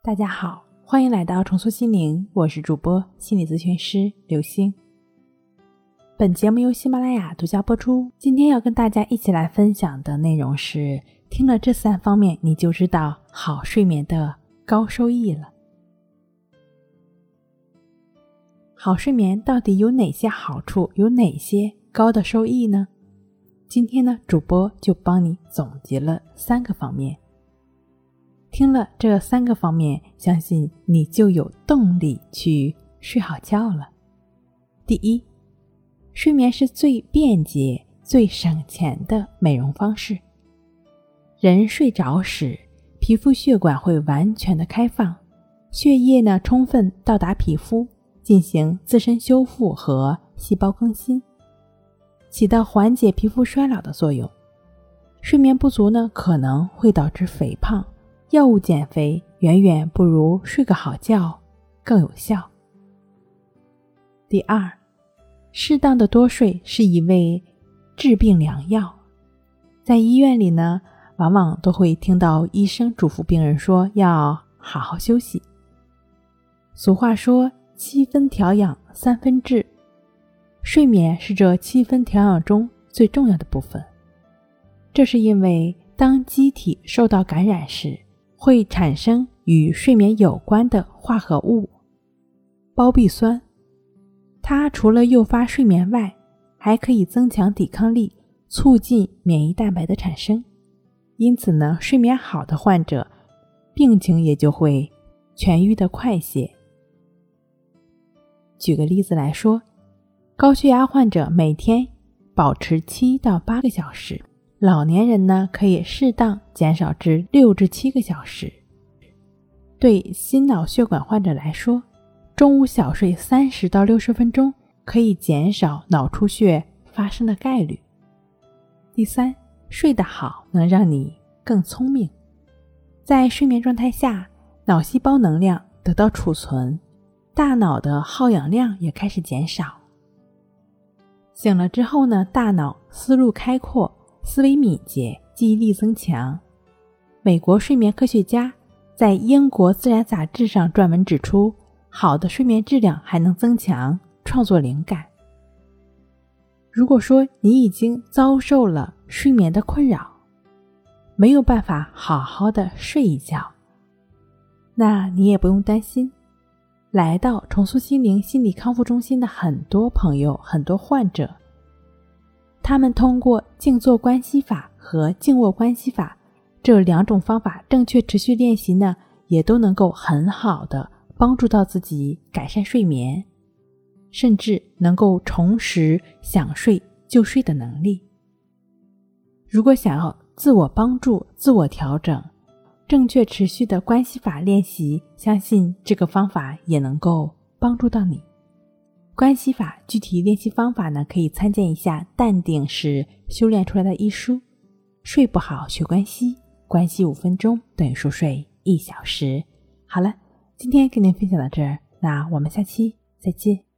大家好，欢迎来到重塑心灵，我是主播心理咨询师刘星。本节目由喜马拉雅独家播出。今天要跟大家一起来分享的内容是，听了这3方面你就知道好睡眠的高收益了。好睡眠到底有哪些好处，有哪些高的收益呢？今天呢，主播就帮你总结了3个方面。听了这3个方面，相信你就有动力去睡好觉了。第一，睡眠是最便捷、最省钱的美容方式。人睡着时，皮肤血管会完全的开放，血液呢充分到达皮肤，进行自身修复和细胞更新，起到缓解皮肤衰老的作用。睡眠不足呢，可能会导致肥胖，药物减肥远远不如睡个好觉更有效。第二，适当的多睡是一味治病良药。在医院里呢，往往都会听到医生嘱咐病人说要好好休息。俗话说7分调养3分治，睡眠是这7分调养中最重要的部分。这是因为当机体受到感染时，会产生与睡眠有关的化合物胞壁酸，它除了诱发睡眠外，还可以增强抵抗力，促进免疫蛋白的产生。因此呢，睡眠好的患者，病情也就会痊愈的快些。举个例子来说，高血压患者每天保持7到8个小时，老年人呢可以适当减少至6至7个小时。对心脑血管患者来说，中午小睡30到60分钟可以减少脑出血发生的概率。第三，睡得好能让你更聪明。在睡眠状态下，脑细胞能量得到储存，大脑的耗氧量也开始减少。醒了之后呢，大脑思路开阔，思维敏捷，记忆力增强。美国睡眠科学家在英国自然杂志上撰文指出，好的睡眠质量还能增强创作灵感。如果说你已经遭受了睡眠的困扰，没有办法好好的睡一觉，那你也不用担心。来到重塑心灵心理康复中心的很多朋友，很多患者，他们通过静坐关系法和静卧关系法这2种方法正确持续练习呢，也都能够很好的帮助到自己改善睡眠，甚至能够重拾想睡就睡的能力。如果想要自我帮助、自我调整，正确持续的关系法练习，相信这个方法也能够帮助到你。关系法具体练习方法呢，可以参见一下《淡定是修炼出来的》一书。睡不好学关系，关系5分钟等于熟睡1小时。好了，今天跟您分享到这儿，那我们下期再见。